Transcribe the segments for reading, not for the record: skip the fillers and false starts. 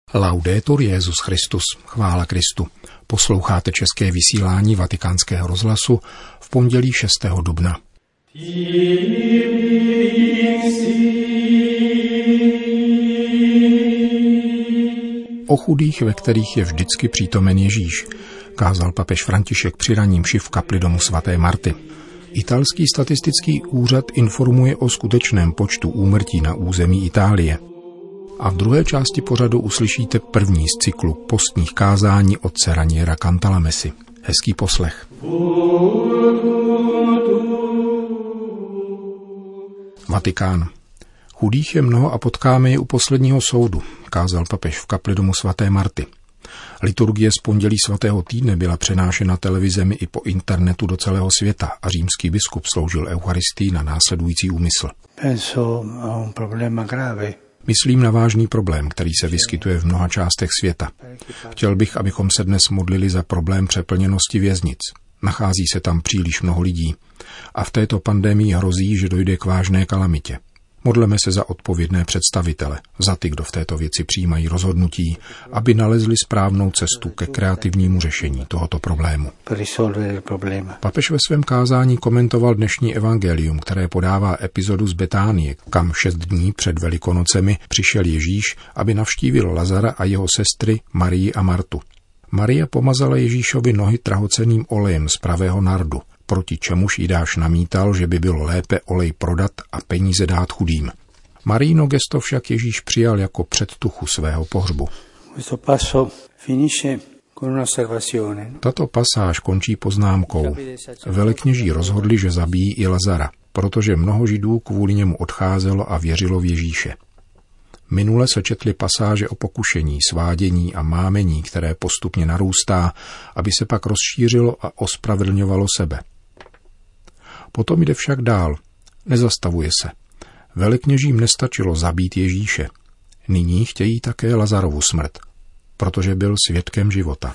Laudetur Jesus Christus, chvála Kristu. Posloucháte české vysílání Vatikánského rozhlasu v pondělí 6. dubna. O chudých, ve kterých je vždycky přítomen Ježíš, kázal papež František při ranní mši v kapli domu svaté Marty. Italský statistický úřad informuje o skutečném počtu úmrtí na území Itálie. A v druhé části pořadu uslyšíte první z cyklu postních kázání otce Raniera Cantalamessy. Hezký poslech. Vatikán. Chudých je mnoho a potkáme je u posledního soudu, kázal papež v kapli domu svaté Marty. Liturgie z pondělí svatého týdne byla přenášena televizemi i po internetu do celého světa a římský biskup sloužil eucharistii na následující úmysl. Myslím na vážný problém, který se vyskytuje v mnoha částech světa. Chtěl bych, abychom se dnes modlili za problém přeplněnosti věznic. Nachází se tam příliš mnoho lidí a v této pandemii hrozí, že dojde k vážné kalamitě. Modleme se za odpovědné představitele, za ty, kdo v této věci přijímají rozhodnutí, aby nalezli správnou cestu ke kreativnímu řešení tohoto problému. Papež ve svém kázání komentoval dnešní evangelium, které podává epizodu z Betánie, kam 6 dní před Velikonocemi přišel Ježíš, aby navštívil Lazara a jeho sestry Marii a Martu. Maria pomazala Ježíšovi nohy drahocenným olejem z pravého nardu, proti čemuž Jidáš namítal, že by bylo lépe olej prodat a peníze dát chudým. Marijino gesto však Ježíš přijal jako předtuchu svého pohřbu. Tato pasáž končí poznámkou. Velekněží rozhodli, že zabijí i Lazara, protože mnoho Židů kvůli němu odcházelo a věřilo v Ježíše. Minule se četly pasáže o pokušení, svádění a mámení, které postupně narůstá, aby se pak rozšířilo a ospravedlňovalo sebe. Potom jde však dál. Nezastavuje se. Velekněžím nestačilo zabít Ježíše. Nyní chtějí také Lazarovu smrt, protože byl svědkem života.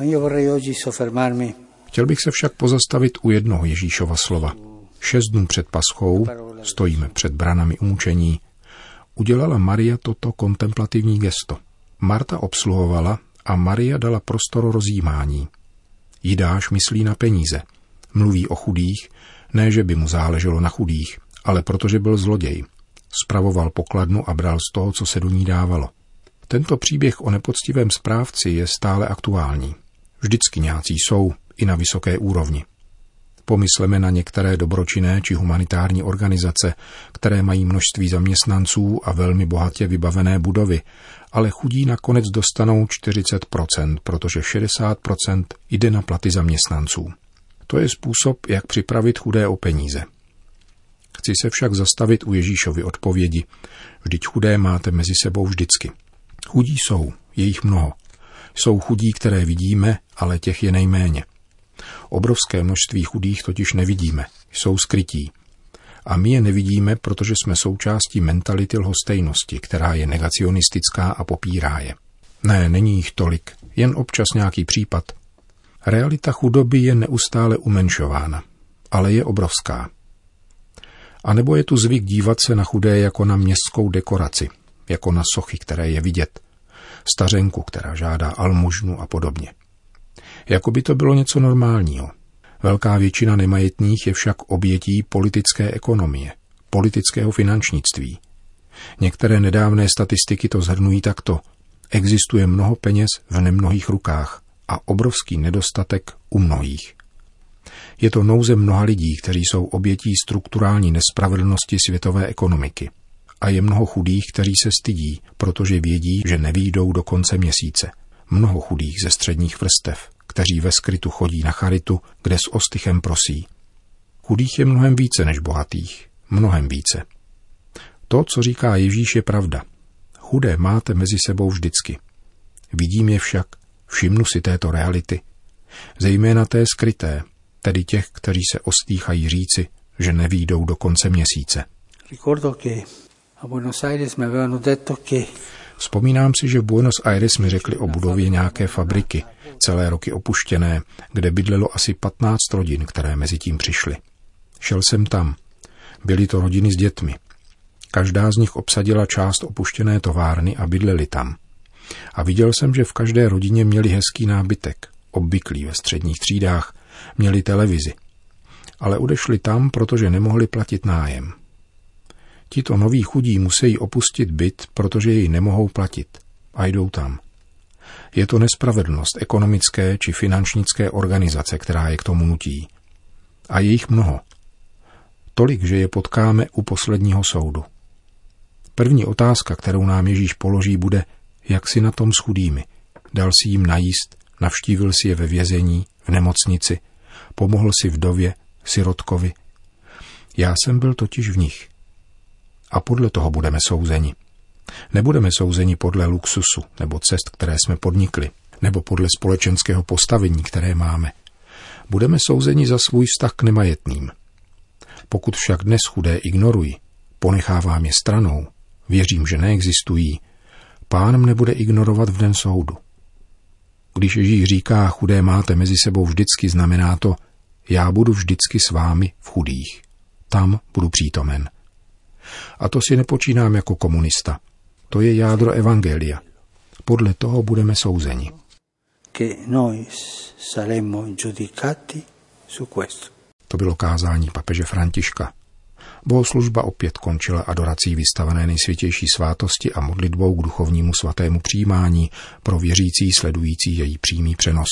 Chtěl bych se však pozastavit u jednoho Ježíšova slova. 6 dnů před Paschou, stojíme před branami umučení, udělala Maria toto kontemplativní gesto. Marta obsluhovala a Maria dala prostor rozjímání. Jidáš myslí na peníze. Mluví o chudých, ne že by mu záleželo na chudých, ale protože byl zloděj. Spravoval pokladnu a bral z toho, co se do ní dávalo. Tento příběh o nepoctivém správci je stále aktuální. Vždycky nějací jsou, i na vysoké úrovni. Pomysleme na některé dobročinné či humanitární organizace, které mají množství zaměstnanců a velmi bohatě vybavené budovy, ale chudí nakonec dostanou 40%, protože 60% jde na platy zaměstnanců. To je způsob, jak připravit chudé o peníze. Chci se však zastavit u Ježíšovy odpovědi. Vždyť chudé máte mezi sebou vždycky. Chudí jsou, je jich mnoho. Jsou chudí, které vidíme, ale těch je nejméně. Obrovské množství chudých totiž nevidíme, jsou skrytí. A my je nevidíme, protože jsme součástí mentality lhostejnosti, která je negacionistická a popírá je. Ne, není jich tolik, jen občas nějaký případ. Realita chudoby je neustále umenšována, ale je obrovská. A nebo je tu zvyk dívat se na chudé jako na městskou dekoraci, jako na sochy, které je vidět, stařenku, která žádá almužnu a podobně. Jako by to bylo něco normálního. Velká většina nemajetných je však obětí politické ekonomie, politického finančnictví. Některé nedávné statistiky to shrnují takto. Existuje mnoho peněz v nemnohých rukách a obrovský nedostatek u mnohých. Je to nouze mnoha lidí, kteří jsou obětí strukturální nespravedlnosti světové ekonomiky. A je mnoho chudých, kteří se stydí, protože vědí, že nevyjdou do konce měsíce. Mnoho chudých ze středních vrstev, kteří ve skrytu chodí na charitu, kde s ostychem prosí. Chudých je mnohem více než bohatých. Mnohem více. To, co říká Ježíš, je pravda. Chudé máte mezi sebou vždycky. Vidím je však, všimnu si této reality. Zejména té skryté, tedy těch, kteří se ostýchají říci, že nevyjdou do konce měsíce. Vzpomínám si, že v Buenos Aires mi řekli o budově nějaké fabriky, celé roky opuštěné, kde bydlelo asi 15 rodin, které mezi tím přišly. Šel jsem tam. Byly to rodiny s dětmi. Každá z nich obsadila část opuštěné továrny a bydleli tam. A viděl jsem, že v každé rodině měli hezký nábytek, obvyklý ve středních třídách, měli televizi. Ale odešli tam, protože nemohli platit nájem. Tito noví chudí musí opustit byt, protože jej nemohou platit. A jdou tam. Je to nespravedlnost ekonomické či finančnické organizace, která je k tomu nutí. A je jich mnoho. Tolik, že je potkáme u posledního soudu. První otázka, kterou nám Ježíš položí, bude, jak si na tom s chudými. Dal si jim najíst, navštívil si je ve vězení, v nemocnici, pomohl si vdově, sirotkovi. Já jsem byl totiž v nich. A podle toho budeme souzeni. Nebudeme souzeni podle luxusu nebo cest, které jsme podnikli, nebo podle společenského postavení, které máme. Budeme souzeni za svůj vztah k nemajetným. Pokud však dnes chudé ignoruji, ponechávám je stranou, věřím, že neexistují, Pán mne bude ignorovat v den soudu. Když Ježíš říká, chudé máte mezi sebou vždycky, znamená to, já budu vždycky s vámi v chudých. Tam budu přítomen. A to si nepočínám jako komunista. To je jádro evangelia. Podle toho budeme souzeni. To bylo kázání papeže Františka. Bohoslužba opět končila adorací vystavené Nejsvětější svátosti a modlitbou k duchovnímu svatému přijímání pro věřící sledující její přímý přenos.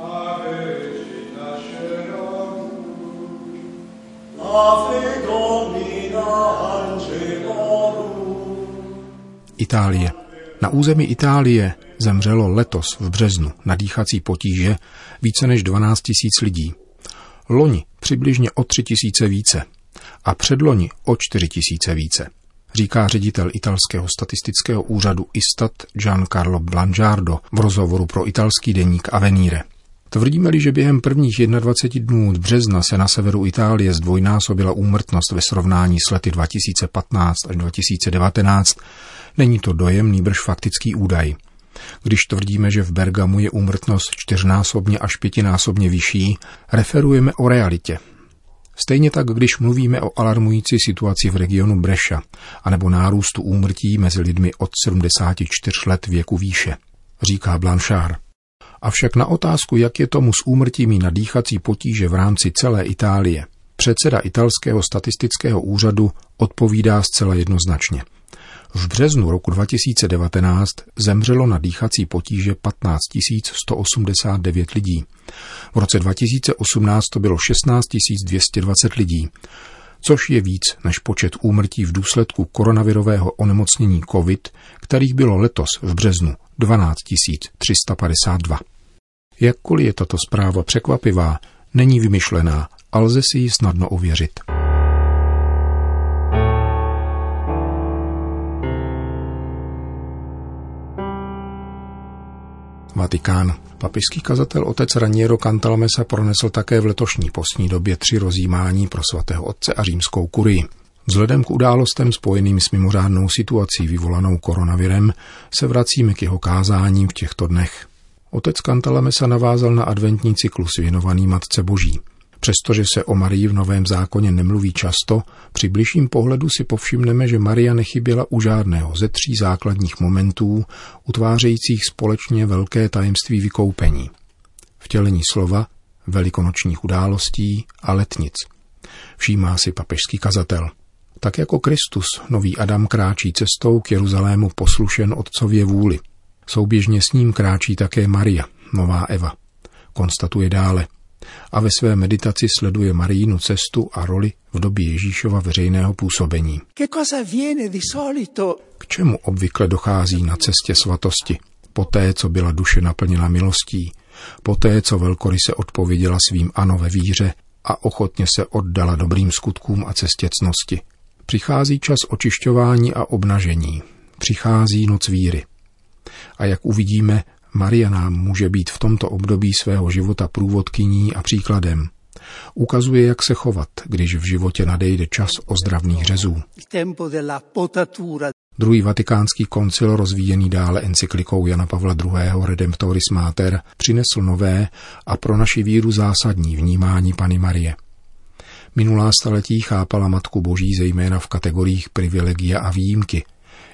Itálie. Na území Itálie zemřelo letos v březnu na dýchací potíže více než 12 000 lidí. Loni přibližně o 3 000 více a předloni o 4 000 více, říká ředitel italského statistického úřadu Istat Giancarlo Blangiardo v rozhovoru pro italský deník Avvenire. Tvrdíme-li, že během prvních 21 dnů od března se na severu Itálie zdvojnásobila úmrtnost ve srovnání s lety 2015 až 2019, není to dojem, nýbrž faktický údaj. Když tvrdíme, že v Bergamu je úmrtnost 4násobně až 5násobně vyšší, referujeme o realitě. Stejně tak, když mluvíme o alarmující situaci v regionu Brescia, anebo nárůstu úmrtí mezi lidmi od 74 let věku výše, říká Blanchard. Avšak na otázku, jak je tomu s úmrtími na dýchací potíže v rámci celé Itálie, předseda italského statistického úřadu odpovídá zcela jednoznačně. V březnu roku 2019 zemřelo na dýchací potíže 15 189 lidí. V roce 2018 to bylo 16 220 lidí, což je víc než počet úmrtí v důsledku koronavirového onemocnění COVID, kterých bylo letos v březnu 12 352. Jakkoliv je tato zpráva překvapivá, není vymyšlená a lze si ji snadno ověřit. Vatikán. Papežský kazatel otec Raniero Cantalamessa pronesl také v letošní postní době 3 rozjímání pro svatého otce a římskou kurii. Vzhledem k událostem spojeným s mimořádnou situací vyvolanou koronavirem se vracíme k jeho kázáním v těchto dnech. Otec Cantalamessa navázal na adventní cyklus věnovaný Matce Boží. Přestože se o Marii v Novém zákoně nemluví často, při bližším pohledu si povšimneme, že Maria nechyběla u žádného ze 3 základních momentů, utvářejících společně velké tajemství vykoupení. Vtělení slova, velikonočních událostí a letnic. Všímá si papežský kazatel. Tak jako Kristus, nový Adam kráčí cestou k Jeruzalému poslušen otcově vůli. Souběžně s ním kráčí také Maria, nová Eva. Konstatuje dále. A ve své meditaci sleduje Marijinu cestu a roli v době Ježíšova veřejného působení. K čemu obvykle dochází na cestě svatosti? Poté, co byla duše naplněna milostí, poté, co velkoryse odpověděla svým ano ve víře a ochotně se oddala dobrým skutkům a cestě ctnosti. Přichází čas očišťování a obnažení. Přichází noc víry. A jak uvidíme, Maria nám může být v tomto období svého života průvodkyní a příkladem. Ukazuje, jak se chovat, když v životě nadejde čas ozdravných řezů. Druhý vatikánský koncil, rozvíjený dále encyklikou Jana Pavla II. Redemptoris Mater, přinesl nové a pro naši víru zásadní vnímání Panny Marie. Minulá staletí chápala Matku Boží zejména v kategoriích privilegia a výjimky,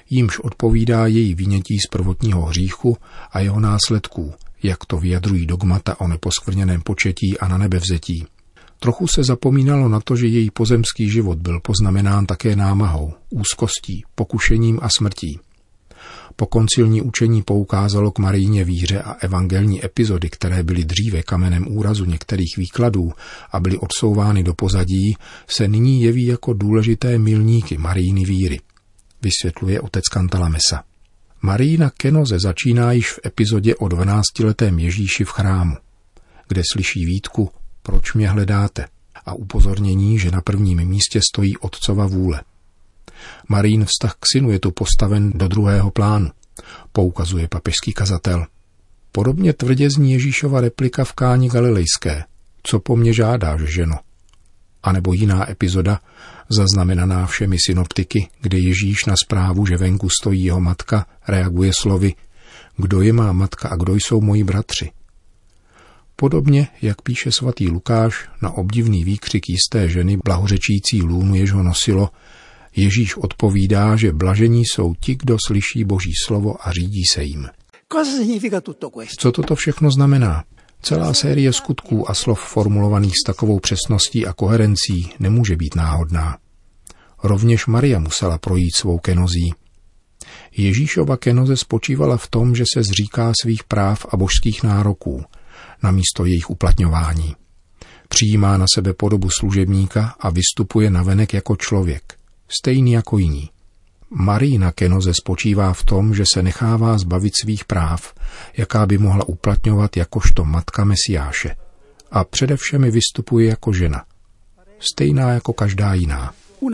jímž odpovídá její vynětí z prvotního hříchu a jeho následků, jak to vyjadrují dogmata o neposkvrněném početí a na nebevzetí. Trochu se zapomínalo na to, že její pozemský život byl poznamenán také námahou, úzkostí, pokušením a smrtí. Pokoncilní učení poukázalo k Marijně víře a evangelní epizody, které byly dříve kamenem úrazu některých výkladů a byly odsouvány do pozadí, se nyní jeví jako důležité milníky Marijiny víry, vysvětluje otec Cantalamessa. Marijina kenoze začíná již v epizodě o 12letém Ježíši v chrámu, kde slyší výtku Proč mě hledáte? A upozornění, že na prvním místě stojí otcova vůle. Marijin vztah k synu je tu postaven do druhého plánu, poukazuje papežský kazatel. Podobně tvrdě zní Ježíšova replika v Káni Galilejské. Co po mně žádáš, ženo? A nebo jiná epizoda, zaznamenaná všemi synoptiky, kde Ježíš na zprávu, že venku stojí jeho matka, reaguje slovy Kdo je má matka a kdo jsou moji bratři? Podobně, jak píše svatý Lukáš na obdivný výkřik jisté ženy blahořečící lůnu, jež ho nosilo, Ježíš odpovídá, že blažení jsou ti, kdo slyší Boží slovo a řídí se jim. Co toto všechno znamená? Celá série skutků a slov formulovaných s takovou přesností a koherencí nemůže být náhodná. Rovněž Maria musela projít svou kenozí. Ježíšova kenoze spočívala v tom, že se zříká svých práv a božských nároků, namísto jejich uplatňování. Přijímá na sebe podobu služebníka a vystupuje navenek jako člověk, stejný jako jiní. Marijina kenoze spočívá v tom, že se nechává zbavit svých práv, jaká by mohla uplatňovat jakožto matka Mesiáše. A především vystupuje jako žena, stejná jako každá jiná.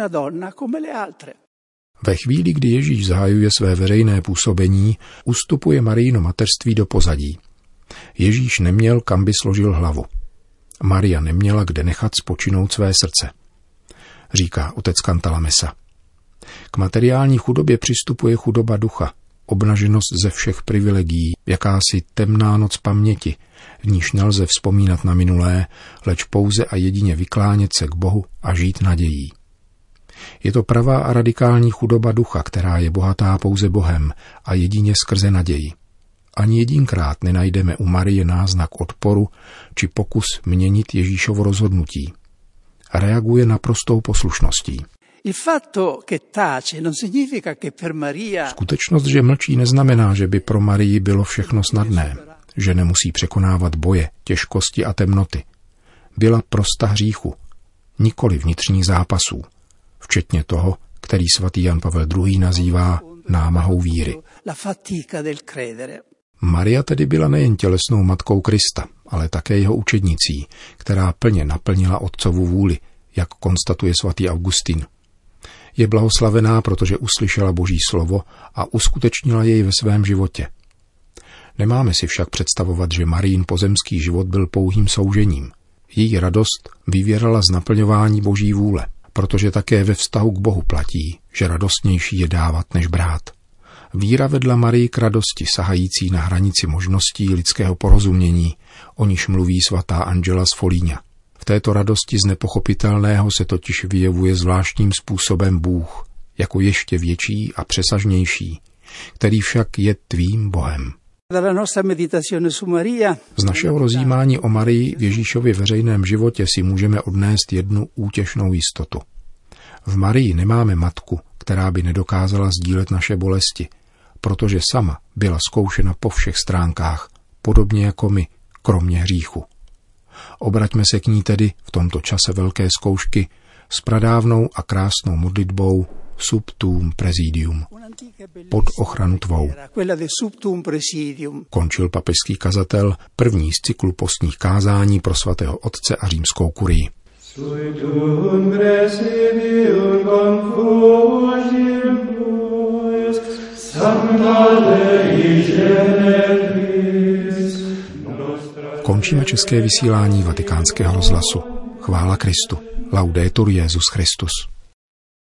Ve chvíli, kdy Ježíš zahajuje své veřejné působení, ustupuje Marijino mateřství do pozadí. Ježíš neměl, kam by složil hlavu. Maria neměla kde nechat spočinout své srdce, říká otec Cantalamessa. K materiální chudobě přistupuje chudoba ducha, obnaženost ze všech privilegií, jakási temná noc paměti, v níž nelze vzpomínat na minulé, leč pouze a jedině vyklánět se k Bohu a žít nadějí. Je to pravá a radikální chudoba ducha, která je bohatá pouze Bohem a jedině skrze naději. Ani jedinkrát nenajdeme u Marie náznak odporu či pokus měnit Ježíšovo rozhodnutí. Reaguje naprostou poslušností. Skutečnost, že mlčí, neznamená, že by pro Marii bylo všechno snadné, že nemusí překonávat boje, těžkosti a temnoty. Byla prosta hříchu, nikoli vnitřních zápasů, včetně toho, který svatý Jan Pavel II. Nazývá námahou víry. Maria tedy byla nejen tělesnou matkou Krista, ale také jeho učednicí, která plně naplnila otcovu vůli, jak konstatuje svatý Augustin. Je blahoslavená, protože uslyšela Boží slovo a uskutečnila jej ve svém životě. Nemáme si však představovat, že Marijin pozemský život byl pouhým soužením. Její radost vyvěrala z naplňování Boží vůle, protože také ve vztahu k Bohu platí, že radostnější je dávat než brát. Víra vedla Marii k radosti sahající na hranici možností lidského porozumění, o níž mluví svatá Angela z Foligna. V této radosti z nepochopitelného se totiž vyjevuje zvláštním způsobem Bůh, jako ještě větší a přesažnější, který však je tvým Bohem. Z našeho rozjímání o Marii v Ježíšově veřejném životě si můžeme odnést jednu útěšnou jistotu. V Marii nemáme matku, která by nedokázala sdílet naše bolesti, protože sama byla zkoušena po všech stránkách, podobně jako my, kromě hříchu. Obraťme se k ní tedy v tomto čase velké zkoušky s pradávnou a krásnou modlitbou Sub tuum praesidium, pod ochranu tvou. Končil papežský kazatel první z cyklu postních kázání pro svatého otce a římskou kurii. Končíme české vysílání Vatikánského rozhlasu. Chvála Kristu. Laudetur Jesus Christus.